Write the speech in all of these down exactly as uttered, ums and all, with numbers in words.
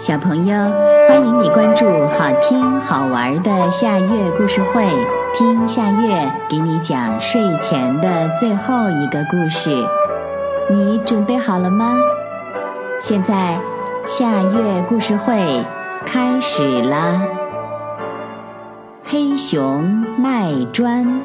小朋友，欢迎你关注好听好玩的夏月故事会，听夏月给你讲睡前的最后一个故事。你准备好了吗？现在夏月故事会开始啦。黑熊卖砖。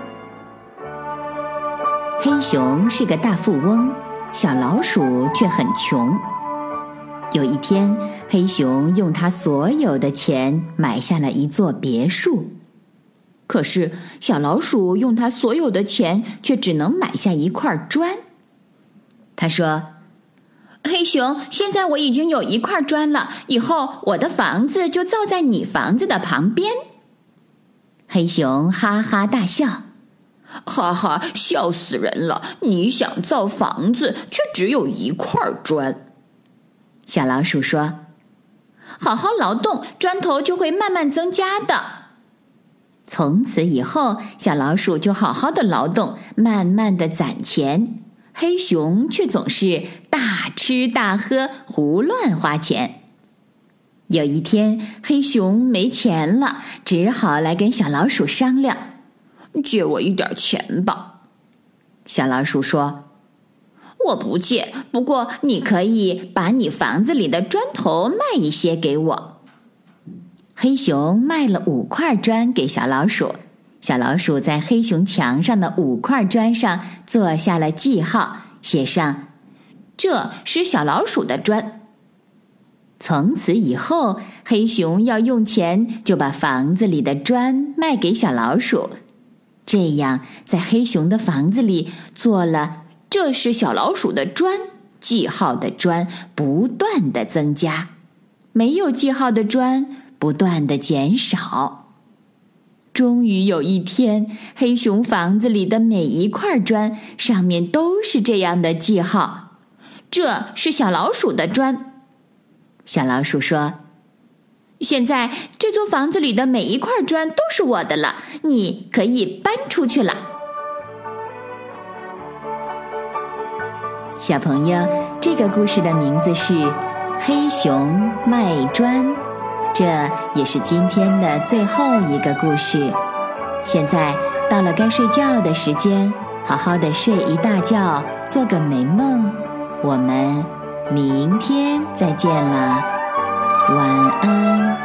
黑熊是个大富翁，小老鼠却很穷。有一天，黑熊用他所有的钱买下了一座别墅，可是小老鼠用他所有的钱却只能买下一块砖。他说：黑熊，现在我已经有一块砖了，以后我的房子就造在你房子的旁边。黑熊哈哈大笑，哈哈，笑死人了，你想造房子却只有一块砖。小老鼠说：好好劳动，砖头就会慢慢增加的。从此以后，小老鼠就好好的劳动，慢慢的攒钱，黑熊却总是大吃大喝，胡乱花钱。有一天，黑熊没钱了，只好来跟小老鼠商量，借我一点钱吧。小老鼠说：我不借，不过你可以把你房子里的砖头卖一些给我。黑熊卖了五块砖给小老鼠，小老鼠在黑熊墙上的五块砖上做下了记号，写上这是小老鼠的砖。从此以后，黑熊要用钱就把房子里的砖卖给小老鼠，这样在黑熊的房子里做了这是小老鼠的砖记号的砖不断的增加，没有记号的砖不断的减少。终于有一天，黑熊房子里的每一块砖上面都是这样的记号，这是小老鼠的砖。小老鼠说：现在这座房子里的每一块砖都是我的了，你可以搬出去了。小朋友，这个故事的名字是《黑熊卖砖》，这也是今天的最后一个故事。现在到了该睡觉的时间，好好的睡一大觉，做个美梦。我们明天再见了，晚安。